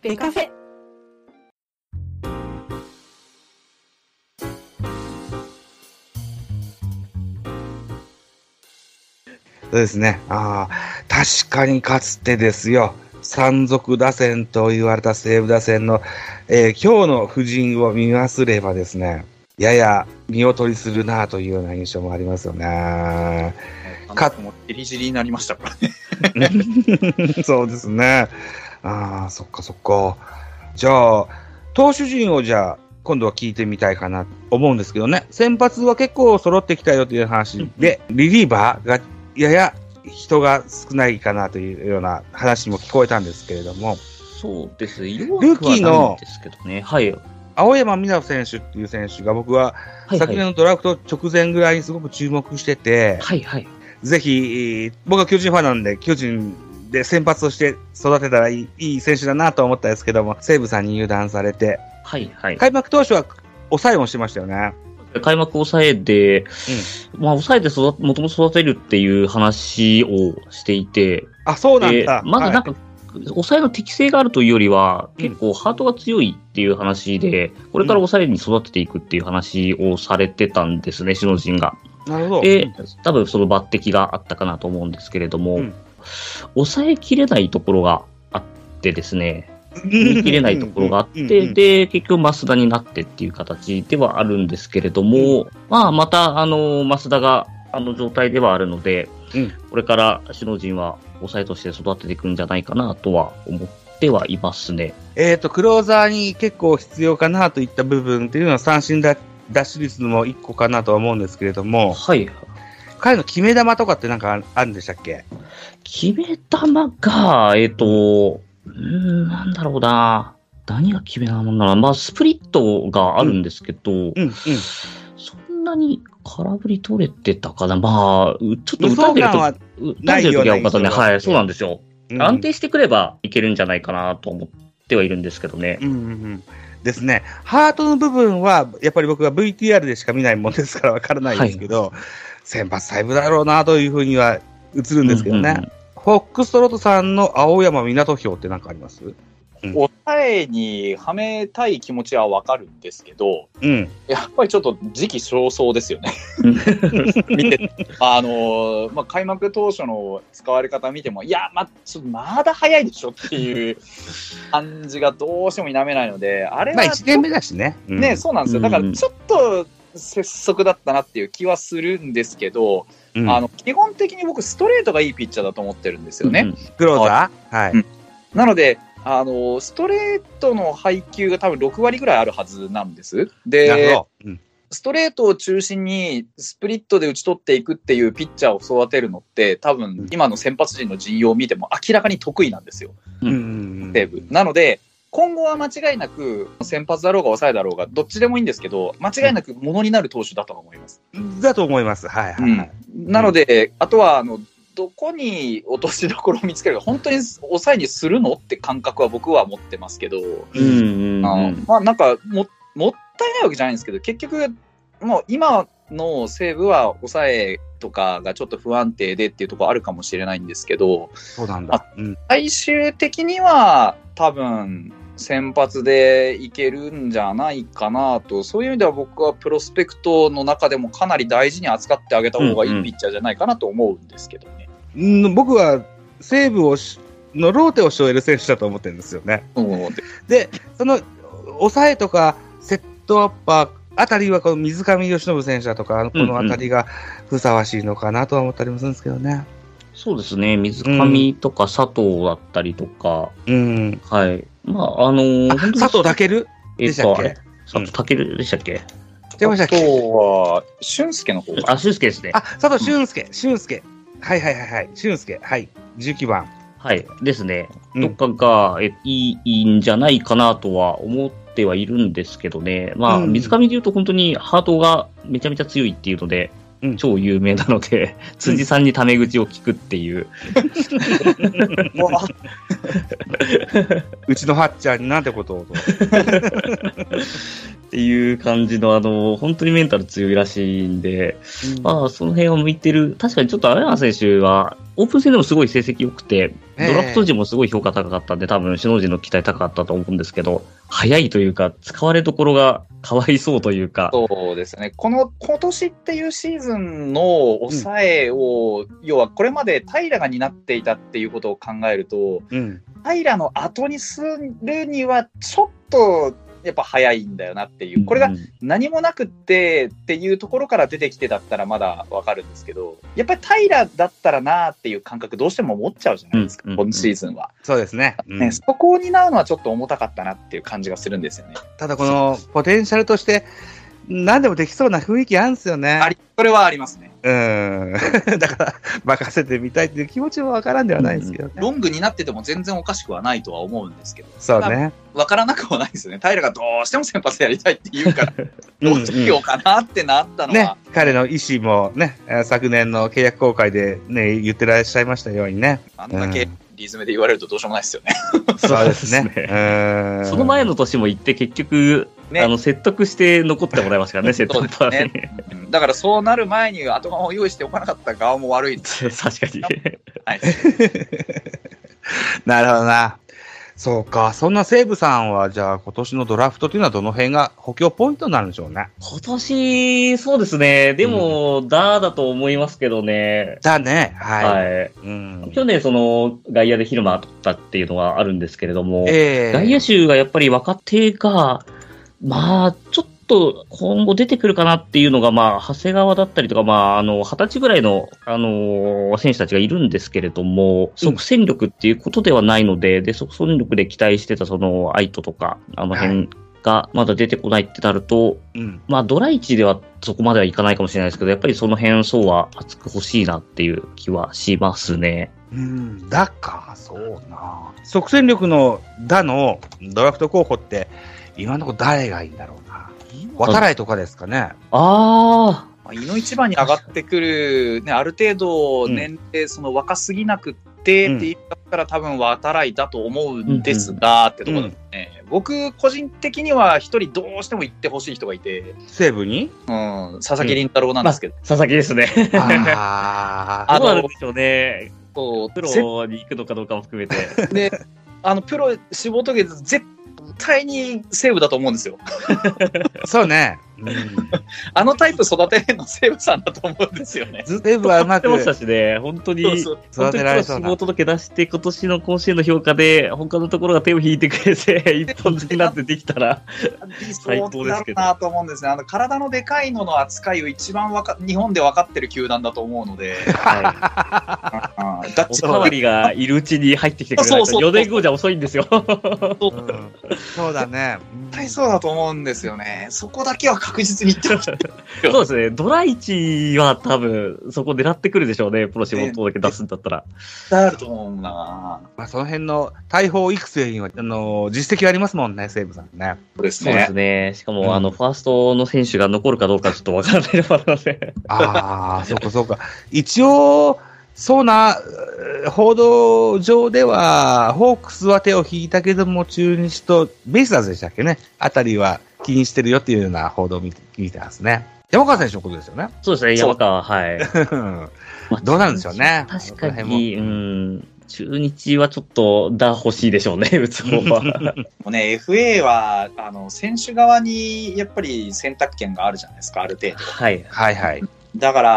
ベカフェ。 そうですね。確かにかつてですよ。山賊打線と言われた西武打線の、今日の布陣を見ますればですね、やや見劣りするなというような印象もありますよね。 もじりじりになりましたからね。 そうですね。そっかそっか。じゃあ、投手陣をじゃあ、今度は聞いてみたいかなと思うんですけどね。先発は結構揃ってきたよという話で、リリーバーがやや人が少ないかなというような話も聞こえたんですけれども。 そうです。 ルーキーのですけどね。はい。 青山美奈選手っていう選手が僕は昨年のドラフト直前ぐらいにすごく注目してて、 はいはい。 ぜひ、僕は巨人ファンなんで、巨人で先発として育てたらいい選手だなと思ったんですけども、西武さんに入団されて、 はいはい。 開幕当初は抑えもしてましたよね。 開幕抑えで、抑えでもともと育てるっていう話をしていて、 そうなんだ。 まずなんか、抑えの適性があるというよりは、結構ハートが強いっていう話で、これから抑えに育てていくっていう話をされてたんですね、首脳陣が。 なるほど。 で、多分その抜擢があったかなと思うんですけれども、抑えきれないところがあってですね、見切れないところがあって、で、結局増田になってっていう形ではあるんですけれども、また、増田が、状態ではあるので、これから首脳陣は抑えとして育てていくんじゃないかなとは思ってはいますね。 クローザーに結構必要かなといった部分っていうのは三振奪取率も一個かなとは思うんですけれども、 はい。 彼の決め球とかってなんかあるんでしたっけ？ 決め球が、なんだろうな。何が決め球なの？スプリットがあるんですけど、そんなに空振り取れてたかな。ちょっと打たれてる時は多かったね。はい、そうなんですよ。安定してくればいけるんじゃないかなと思ってはいるんですけどね。 ですね。ハートの部分は、やっぱり僕は VTR でしか見ないもんですからわからないんですけど、先発細部だろうなというふうには映るんですけどね。フォックストロットさんの青山港票って何かあります？ 抑えにはめたい気持ちはわかるんですけど、やっぱりちょっと時期尚早ですよね。見て開幕当初の使われ方見ても、ちょっとまだ早いでしょっていう感じがどうしても否めないので、あれは 1年目だしね。 そうなんですよ。だからちょっと拙速だったなっていう気はするんですけど、基本的に僕ストレートがいいピッチャーだと思ってるんですよね。 クローザー？はい。 なので、ストレートの配球が多分6割ぐらいあるはずなんです。で、ストレートを中心にスプリットで打ち取っていくっていうピッチャーを育てるのって多分今の先発陣の陣容を見ても明らかに得意なんですよ。西武。なので、今後は間違いなく先発だろうが抑えだろうがどっちでもいいんですけど、間違いなくものになる投手だと思います。 だと思います。はいはいはい。 なので、あとはどこに落としどころを見つけるか、本当に抑えにするのって感覚は僕は持ってますけど、なんかもったいないわけじゃないんですけど、結局、もう今の西武は抑えとかがちょっと不安定でっていうところあるかもしれないんですけど、 そうなんだ。 最終的には多分、先発でいけるんじゃないかなと、そういう意味では僕はプロスペクトの中でもかなり大事に扱ってあげた方がいいピッチャーじゃないかなと思うんですけどね。 僕は西武のローテを背負える選手だと思ってるんですよね。で、その抑えとかセットアッパーあたりはこの水上由伸選手だとか、このあたりがふさわしいのかなとは思ったりもするんですけどね。 そうですね。水上とか佐藤だったりとか。はい。 佐藤健でしたっけ？ 佐藤健でしたっけ？ あとは、俊介の方が。 俊介ですね。 佐藤俊介。はいはいはいはい。俊介。はい。19番。 はい。ですね。どっかがいいんじゃないかなとは思ってはいるんですけどね。水上で言うと本当にハートがめちゃめちゃ強いっていうので、超有名なので、辻さんにタメ口を聞くっていう。 うちのハッチャーになんてことをと。 っていう感じの、本当にメンタル強いらしいんで、その辺を向いてる。確かにちょっと青山選手は、 オープン戦でもすごい成績良くて、ドラフト時もすごい評価高かったんで、多分首脳陣の期待高かったと思うんですけど、早いというか、使われどころがかわいそうというか。 そうですね。今年っていうシーズンの抑えを、要はこれまで平が担っていたっていうことを考えると、平の後にするにはちょっと、やっぱ早いんだよなっていう。これが何もなくっていうところから出てきてだったらまだわかるんですけど、やっぱり平だったらなっていう感覚どうしても持っちゃうじゃないですか、今シーズンは。 そうですね。 そこを担うのはちょっと重たかったなっていう感じがするんですよね。 ただこのポテンシャルとして何でもできそうな雰囲気あるんですよね。 それはありますね。 だから任せてみたいっていう気持ちもわからんではないんですけどね。 ロングになってても全然おかしくはないとは思うんですけど。 そうね。 わからなくはないですよね。平がどうしても先発やりたいって言うから、どうしようかなってなったのは。 ね、彼の意思もね、昨年の契約更改でね、言ってらっしゃいましたようにね。 あんだけリズムで言われるとどうしようもないですよね。 そうですね。 その前の年も行って結局、説得して残ってもらいましたからね、セットアッパーに。 だからそうなる前に後釜を用意しておかなかった側も悪いです。 確かに。 はい、 なるほどな。そうか。そんな西武さんは、じゃあ今年のドラフトというのはどの辺が補強ポイントになるんでしょうね。 今年、そうですね。でも、だと思いますけどね。 だね。はい。 去年、外野で昼間取ったっていうのはあるんですけれども、外野手がやっぱり若手が、まあ、ちょっと今後出てくるかなっていうのが、まあ、長谷川だったりとか、まあ、20歳ぐらいの、選手たちがいるんですけれども、即戦力っていうことではないので、即戦力で期待してた、アイトとか、辺がまだ出てこないってなると、まあ、ドラ1ではそこまではいかないかもしれないですけど、やっぱりその辺、そうは厚く欲しいなっていう気はしますね。 だか、そうな。即戦力の打のドラフト候補って、今のところ誰がいいんだろうな。渡来とかですかね。 井の一番に上がってくる、ね、ある程度年齢、若すぎなくってって言ったら多分渡来だと思うんですが、ってところですね。僕、個人的には一人どうしても行ってほしい人がいて。 西武に佐々木麟太郎なんですけど。 佐々木ですね。どうなるんでしょうね。プロに行くのかどうかも含めて。 で、プロ志望届絶対に西武だと思うんですよ。 そうね。 あのタイプ育てるの西武さんだと思うんですよね。 西武はうまく育てましたしね、本当に育てられそうな。志望届出して今年の甲子園の評価で他のところが手を引いてくれて一本好きになってできたら最高ですけど。 なと思うんですね。体のでかいのの扱いを一番日本で分かってる球団だと思うので。 おかわりがいるうちに入ってきてくれないと4年後じゃ遅いんですよ。 そうだね。 絶対そうだと思うんですよね。そこだけは確実に言ってほしい。 そうですね。ドラ1は多分そこ狙ってくるでしょうね。プロ志望届出すんだったら。 あると思うな。 まあその辺の大砲育成には実績ありますもんね、西武さんね。 そうですね。そうですね。しかも、ファーストの選手が残るかどうかちょっとわからないのもあるので。 そうかそうか。一応、そうな、報道上では、ホークスは手を引いたけども、中日とベイスターズでしたっけね、あたりは気にしてるよっていうような報道を見てますね。山川選手のことですよね。 そうですね、山川、はい。 どうなるんでしょうね。 確かに、中日はちょっと欲しいでしょうね、打つ方は。 もうね、FA は、選手側にやっぱり選択権があるじゃないですか、ある程度。 はいはいはい。 だから、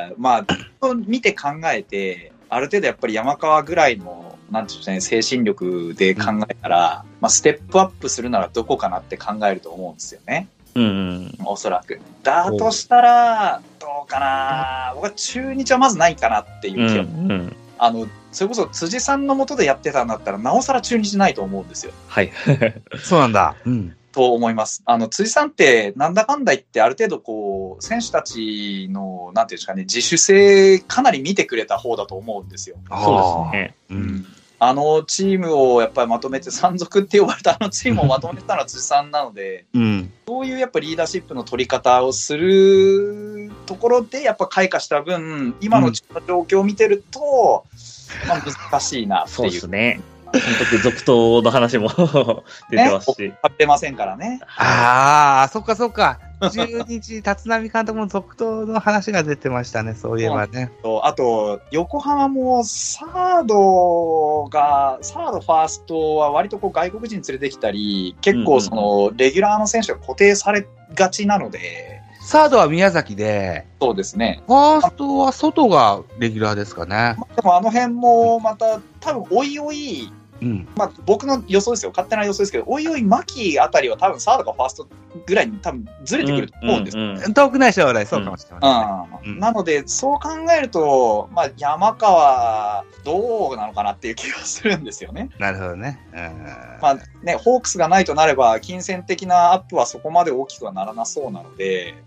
まあ、見て考えて、ある程度やっぱり山川ぐらいの、なんていうんですかね、精神力で考えたら、まあ、ステップアップするならどこかなって考えると思うんですよね。おそらく。だとしたら、どうかな。僕は中日はまずないかなっていう気は。それこそ辻さんの下でやってたんだったら、なおさら中日ないと思うんですよ。 はい。 そうなんだ。 と思います。辻さんってなんだかんだ言ってある程度こう選手たちのなんていうんですかね、自主性かなり見てくれた方だと思うんですよ。 そうですね。 チームをやっぱりまとめて山賊って呼ばれたチームをまとめたのは辻さんなので、そういうやっぱリーダーシップの取り方をするところでやっぱ開花した分、今の状況を見てると、まあ難しいなっていう。 そうですね。本当に続投の話も出てますし。 買ってませんからね。 そっかそっか。 中日、立浪監督も続投の話が出てましたね、そういえばね。 あと、横浜もサード、ファーストは割とこう外国人連れてきたり、結構その、レギュラーの選手が固定されがちなので、 サードは宮崎で、 そうですね。 ファーストは外がレギュラーですかね。 でもあの辺もまた、多分おいおい、僕の予想ですよ。勝手な予想ですけど、おいおい、牧あたりは多分サードかファーストぐらいに多分ずれてくると思うんですよ。 遠くない将来、そうかもしれません。 なので、そう考えると、山川、どうなのかなっていう気がするんですよね。 なるほどね。 ホークスがないとなれば、金銭的なアップはそこまで大きくはならなそうなので、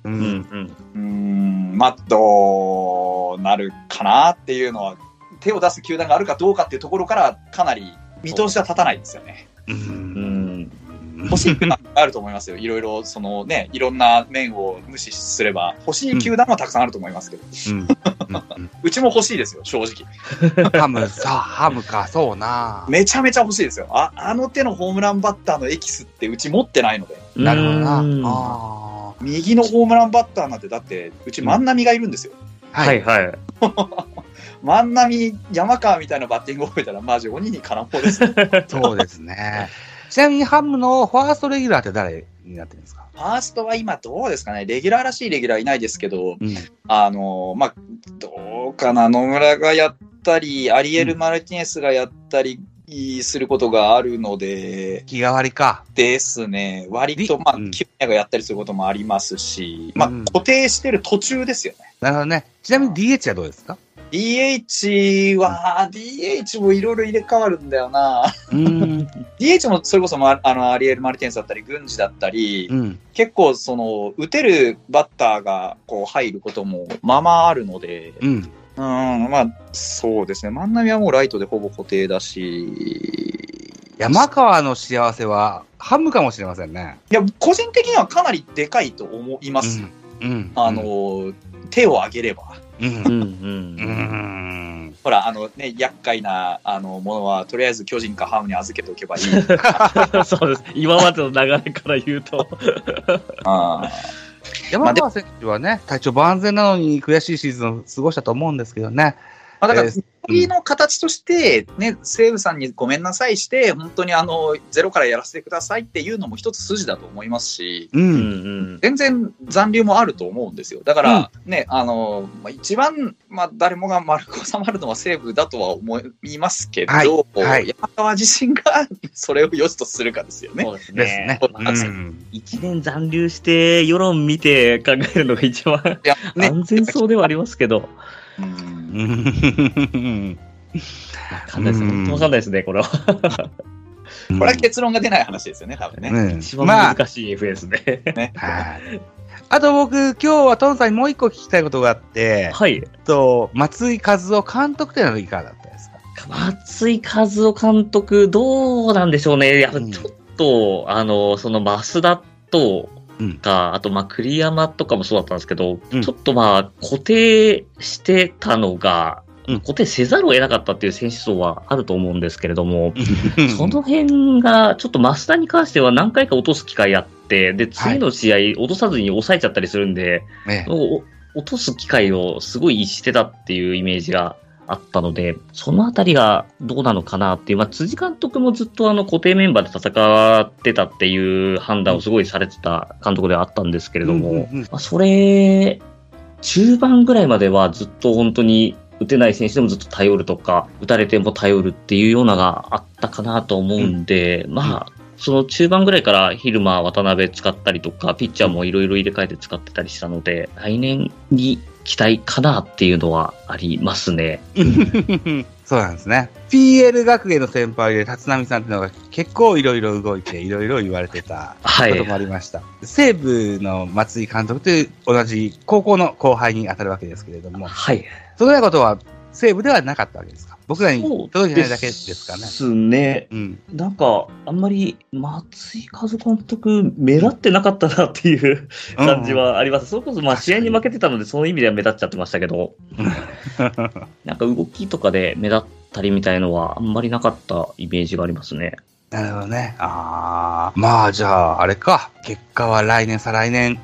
どうなるかなっていうのは、手を出す球団があるかどうかっていうところから、かなり見通しは立たないですよね。欲しい球団があると思いますよ。いろいろ、いろんな面を無視すれば、欲しい球団はたくさんあると思いますけど。うちも欲しいですよ、正直。 ハムか、そうな。 めちゃめちゃ欲しいですよ。あの手のホームランバッターのエキスってうち持ってないので。 なるほどな。 右のホームランバッターなんて、だって、うち万波がいるんですよ。 はいはい。 万波、山川みたいなバッティングを覚えたら、マジ鬼に金棒です。 そうですね。ちなみにハムのファーストレギュラーって誰になってるんですか？ ファーストは今どうですかね。レギュラーらしいレギュラーいないですけど、どうかな。野村がやったり、アリエル・マルティネスがやったりすることがあるので、 気が割りか。 ですね。割と、キュニアがやったりすることもありますし、固定してる途中ですよね。 なるほどね。ちなみに DH はどうですか ？DH もいろいろ入れ替わるんだよな。DH もそれこそアリエル・マルティネスだったり、郡司だったり、結構打てるバッターがこう入ることもあるので、そうですね。万波はもうライトでほぼ固定だし、 山川の幸せはハムかもしれませんね。 いや、個人的にはかなりでかいと思います。手を挙げれば。ほら、厄介な、ものは、とりあえず巨人かハムに預けておけばいい。 そうです。今までの流れから言うと。 山川選手はね、体調万全なのに悔しいシーズンを過ごしたと思うんですけどね。 だから、次の形として、ね、西武さんにごめんなさいして、本当にゼロからやらせてくださいっていうのも一つ筋だと思いますし、全然残留もあると思うんですよ。だから、ね、一番、誰もが丸く収まるのは西武だとは思いますけど、山川自身がそれを良しとするかですよね。 そうですね。1年残留して、世論見て考えるのが一番安全そうではありますけど。わかんないです。本当わかんないですね、これは。これは結論が出ない話ですよね、多分ね。 一番難しい FS で。 あと僕、今日はトンさんにもう一個聞きたいことがあって、松井稼頭央監督というのはいかがだったですか？ 松井稼頭央監督、どうなんでしょうね。やっぱちょっと、その増田と、あと栗山とかもそうだったんですけど、ちょっと固定してたのが、固定せざるを得なかったっていう選手層はあると思うんですけれども、その辺がちょっと増田に関しては何回か落とす機会あって、で、次の試合落とさずに抑えちゃったりするんで、落とす機会をすごい逸してたっていうイメージがあったので、そのあたりがどうなのかなっていう、辻監督もずっと固定メンバーで戦ってたっていう判断をすごいされてた監督ではあったんですけれども、それ、中盤ぐらいまではずっと本当に打てない選手でもずっと頼るとか、打たれても頼るっていうようながあったかなと思うんで、その中盤ぐらいから蛭間、渡辺使ったりとか、ピッチャーもいろいろ入れ替えて使ってたりしたので、来年に期待かなっていうのはありますね。 そうなんですね。PL 学園の先輩で立浪さんっていうのが結構いろいろ動いていろいろ言われてたこともありました。西武の松井監督と同じ高校の後輩に当たるわけですけれども、そのようなことは西武ではなかったわけですか？僕らに届いてないだけですかね。 ですね。なんか、あんまり松井稼頭央監督、目立ってなかったなっていう感じはあります。それこそ試合に負けてたので、その意味では目立っちゃってましたけど、なんか動きとかで目立ったりみたいのはあんまりなかったイメージがありますね。 なるほどね。じゃあ、あれか。結果は来年、再来年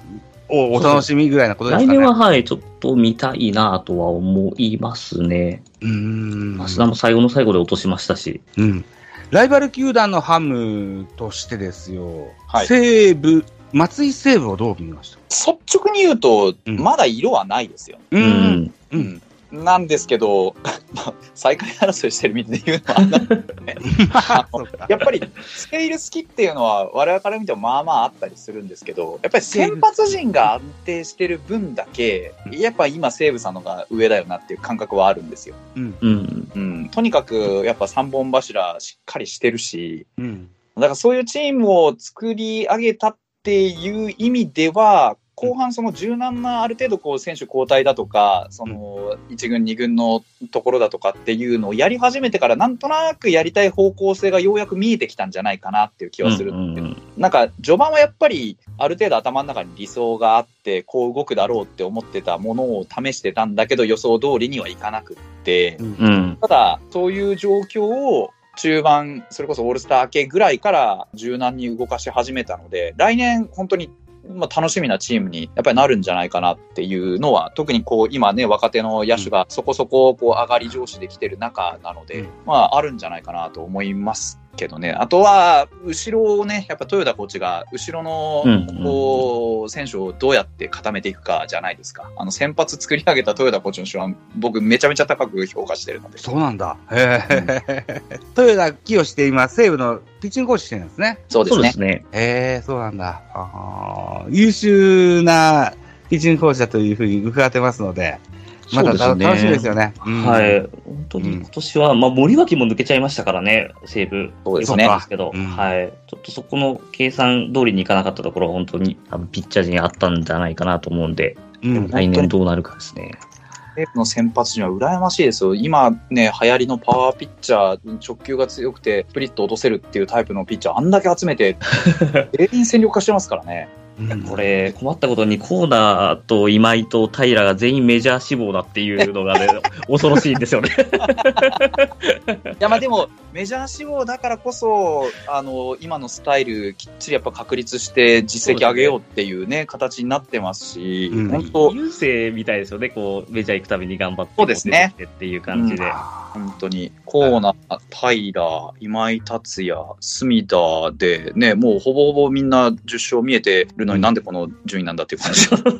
お楽しみぐらいなことですかね。 来年は、はい、ちょっと見たいなとは思いますね。増田も最後の最後で落としましたし。 ライバル球団のハムとしてですよ、西武、松井西武をどう見ました？ 率直に言うと、まだ色はないですよ。なんですけど、最下位争いしてるみたいで言うのはあんなんだよね。やっぱりスケール好きっていうのは我々から見てもまあまああったりするんですけど、やっぱり先発陣が安定してる分だけ、やっぱ今西武さんのが上だよなっていう感覚はあるんですよ。とにかくやっぱ3本柱しっかりしてるし、だからそういうチームを作り上げたっていう意味では、後半その柔軟なある程度こう選手交代だとか、その1軍2軍のところだとかっていうのをやり始めてからなんとなくやりたい方向性がようやく見えてきたんじゃないかなっていう気はするんで、なんか序盤はやっぱりある程度頭の中に理想があってこう動くだろうって思ってたものを試してたんだけど予想通りにはいかなくって、ただそういう状況を中盤それこそオールスター明けぐらいから柔軟に動かし始めたので、来年本当に楽しみなチームにやっぱりなるんじゃないかなっていうのは、特にこう今ね若手の野手がそこそここう上がり調子できてる中なので、あるんじゃないかなと思いますけどね。あとは後ろをねやっぱ豊田コーチが後ろのこう選手をどうやって固めていくかじゃないですか。先発作り上げた豊田コーチの手腕僕めちゃめちゃ高く評価してるので。 そうなんだ。豊田清して今西武のピッチングコーチしてるんですね。 そうですね。 そうなんだ。優秀なピッチングコーチだというふうに伺ってますので、また楽しみですよね。 はい。本当に今年は、森脇も抜けちゃいましたからね、西武。 そうですね。 ですけど、はい。ちょっとそこの計算通りにいかなかったところは本当にピッチャー陣あったんじゃないかなと思うんで、来年どうなるかですね。 西武の先発陣は羨ましいですよ。今ね、流行りのパワーピッチャー、直球が強くてスプリット落とせるっていうタイプのピッチャーあんだけ集めて、全員戦力化してますからね。 これ困ったことにコーナーと今井と平が全員メジャー志望だっていうのがね恐ろしいんですよね。 いやでもメジャー志望だからこそ今のスタイルきっちりやっぱ確立して実績上げようっていうね形になってますし、本当優勢みたいですよね。こうメジャー行くたびに頑張ってそうですねっていう感じで、 本当にコーナー平今井達也隅田でねもうほぼほぼみんな10勝見えてるのになんでこの順位なんだっていう感じ。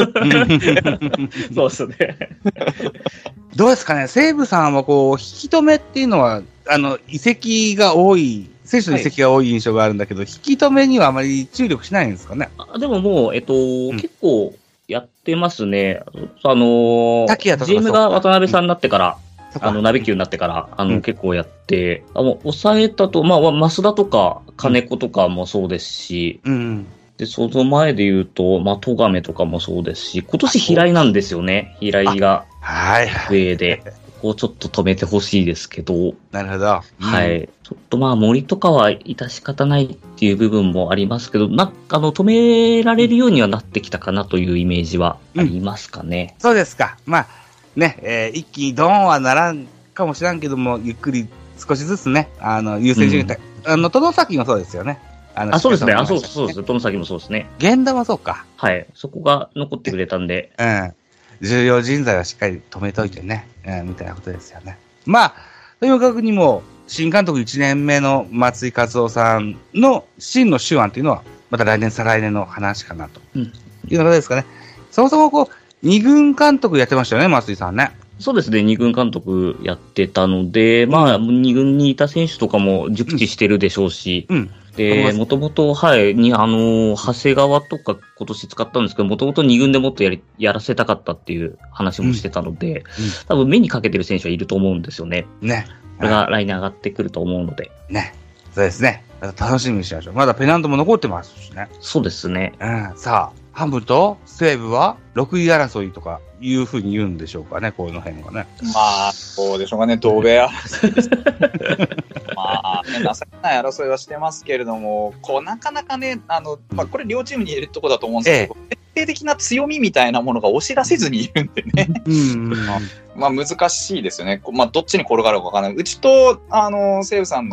そうですね。 どうですかね、西武さんはこう引き止めっていうのは移籍が多い、選手の移籍が多い印象があるんだけど、引き止めにはあまり注力しないんですかね。 でももう結構やってますね。GM が渡辺さんになってから。鍋球になってから、結構やって、抑えたと、増田とか、金子とかもそうですし、で、その前で言うと、戸亀とかもそうですし、今年平井なんですよね。平井が、上で、こうちょっと止めてほしいですけど。 なるほど。 はい。ちょっと森とかは致し方ないっていう部分もありますけど、止められるようにはなってきたかなというイメージはありますかね。 そうですか。一気にドーンはならんかもしれんけども、ゆっくり少しずつね、優先順位、外崎もそうですよね。 そうですね。そうです。外崎もそうですね。 源田もそうか。 はい。そこが残ってくれたんで。 重要人材はしっかり止めといてね、みたいなことですよね。とにかくにも、新監督1年目の松井稼頭さんの真の手腕というのは、また来年、再来年の話かなと。いうことですかね。そもそも二軍監督やってましたよね、松井さんね。 そうですね、二軍監督やってたので、二軍にいた選手とかも熟知してるでしょうし、で、もともと、長谷川とか今年使ったんですけど、もともと二軍でもっとやらせたかったっていう話もしてたので、多分目にかけてる選手はいると思うんですよね。これが来年上がってくると思うので。 そうですね。楽しみにしましょう。まだペナントも残ってますしね。 そうですね。 さあ、ハムと西武は6位争いとかいうふうに言うんでしょうかね、こういうの辺はね。 そうでしょうかね、同米争いです。情けない争いはしてますけれども、なかなかね、これ両チームに言えるところだと思うんですけど、決定的な強みみたいなものが押し出せずにいるんでね。難しいですよね。どっちに転がるかわからない。うちと、西武さんのフ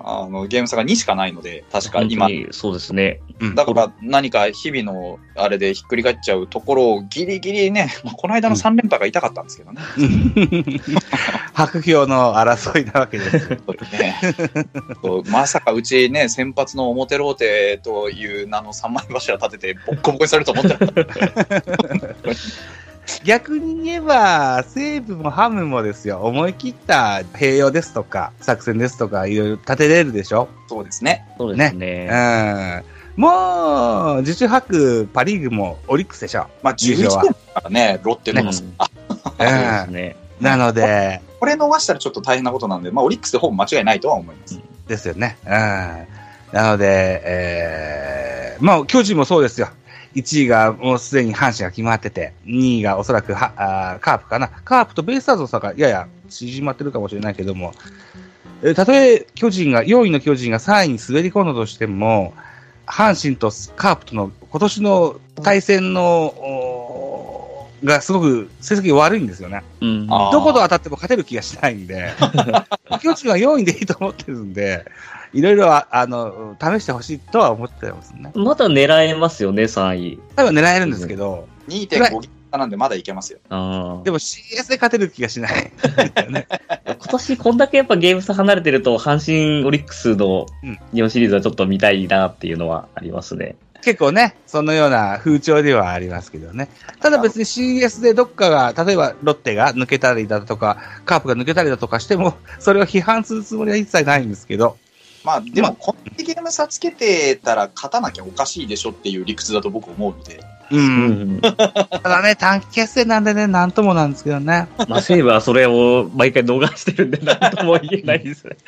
ゲーム差が2しかないので、確か今。 そうですね。 だから何か日々のあれでひっくり返っちゃうところをギリギリね、この間の3連覇が痛かったんですけどね。 白票の争いなわけです。 そうですね。まさかうちね、先発の表ローテという名の3枚柱立ててボッコボコにされると思ってなかった。 逆に言えば、西武もハムもですよ、思い切った併用ですとか、作戦ですとか、いろいろ立てれるでしょ。 そうですね。 そうですね。 もう、受注白パリーグもオリックスでしょ。 まあ、11点からね、ロッテの、 そうですね。 なので、 これ逃したらちょっと大変なことなんで、まあ、オリックスでほぼ間違いないとは思います。 ですよね。なので、まあ、巨人もそうですよ。1位がもうすでに阪神が決まってて、2位がおそらくカープかな。カープとベイスターズの差がやや縮まってるかもしれないけども、たとえ4位の巨人が3位に滑り込んだとしても、阪神とカープとの今年の対戦の、がすごく成績が悪いんですよね。どこと当たっても勝てる気がしないんで、巨人は4位でいいと思ってるんで、いろいろ試してほしいとは思ってますね。 まだ狙えますよね、3位。 多分狙えるんですけど。 2.5 ギガなんでまだいけますよ。 でも CS で勝てる気がしない。 今年こんだけやっぱゲーム差離れてると、阪神オリックスの日本シリーズはちょっと見たいなっていうのはありますね。 結構ね、そのような風潮ではありますけどね。ただ別に CS でどっかが、例えばロッテが抜けたりだとか、カープが抜けたりだとかしても、それを批判するつもりは一切ないんですけど。 まあでも、こんなゲーム差つけてたら勝たなきゃおかしいでしょっていう理屈だと僕思うので。 ただね、短期決戦なんでね、なんともなんですけどね。 まあ西武はそれを毎回逃してるんで、なんとも言えないですね。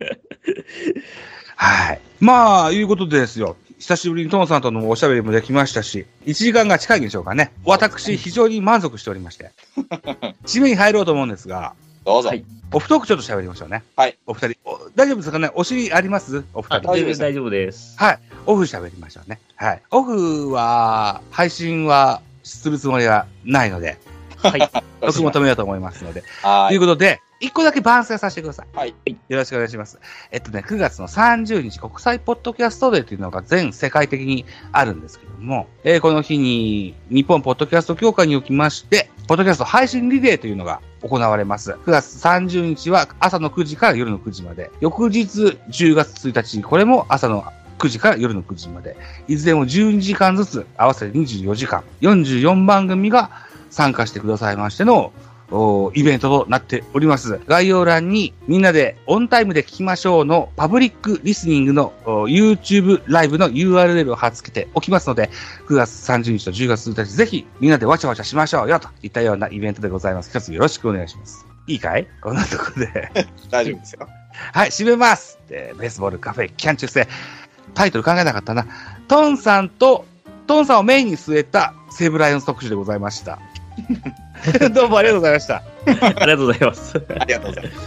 はい。まあ、いうことでですよ。久しぶりにトンさんとのおしゃべりもできましたし、1時間が近いんでしょうかね。私、非常に満足しておりまして。締めに入ろうと思うんですが。 どうぞ。 はいオフトークちょっと喋りましょうね。 はい。 お二人。大丈夫ですかねお尻ありますお二人。 大丈夫です。 はい。オフ喋りましょうね。はい。オフは、配信はするつもりはないので。はい。僕も止めようと思いますので。 はい。 ということで、一個だけ番宣させてください。 はい。 よろしくお願いします。9月の30日国際ポッドキャストデーというのが全世界的にあるんですけども、この日に日本ポッドキャスト協会におきまして、ポッドキャスト配信リレーというのが行われます。9月30日は朝の9時から夜の9時まで。翌日10月1日、これも朝の9時から夜の9時まで。いずれも12時間ずつ合わせて24時間。44番組が参加してくださいましてのイベントとなっております。概要欄にみんなでオンタイムで聞きましょうのパブリックリスニングの YouTube ライブの URL を貼っ付けておきますので、9月30日と10月1日ぜひみんなでわちゃわちゃしましょうよといったようなイベントでございます。一つよろしくお願いします。いいかいこんなところで。 大丈夫ですよ。 はい、締めます。ベースボールカフェキャン中世。タイトル考えなかったな。トンさんをメインに据えた西武ライオンズ特集でございました。どうもありがとうございました。 ありがとうございます。 ありがとうございます。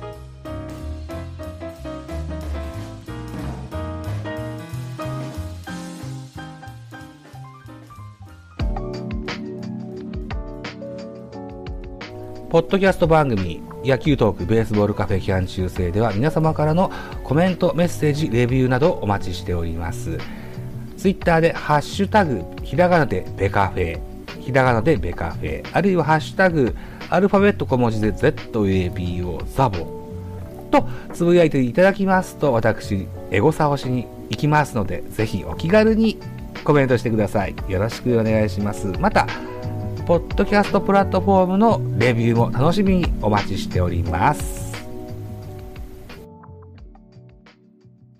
ポッドキャスト番組野球トークベースボールカフェ期間中世では皆様からのコメント、メッセージ、レビューなどお待ちしております。ツイッターでハッシュタグひらがなでベカフェ、ひらがなでベカフェ、あるいはハッシュタグアルファベット小文字で ZABO ザボとつぶやいていただきますと、私エゴサをしに行きますので、ぜひお気軽にコメントしてください。よろしくお願いします。またポッドキャストプラットフォームのレビューも楽しみにお待ちしております。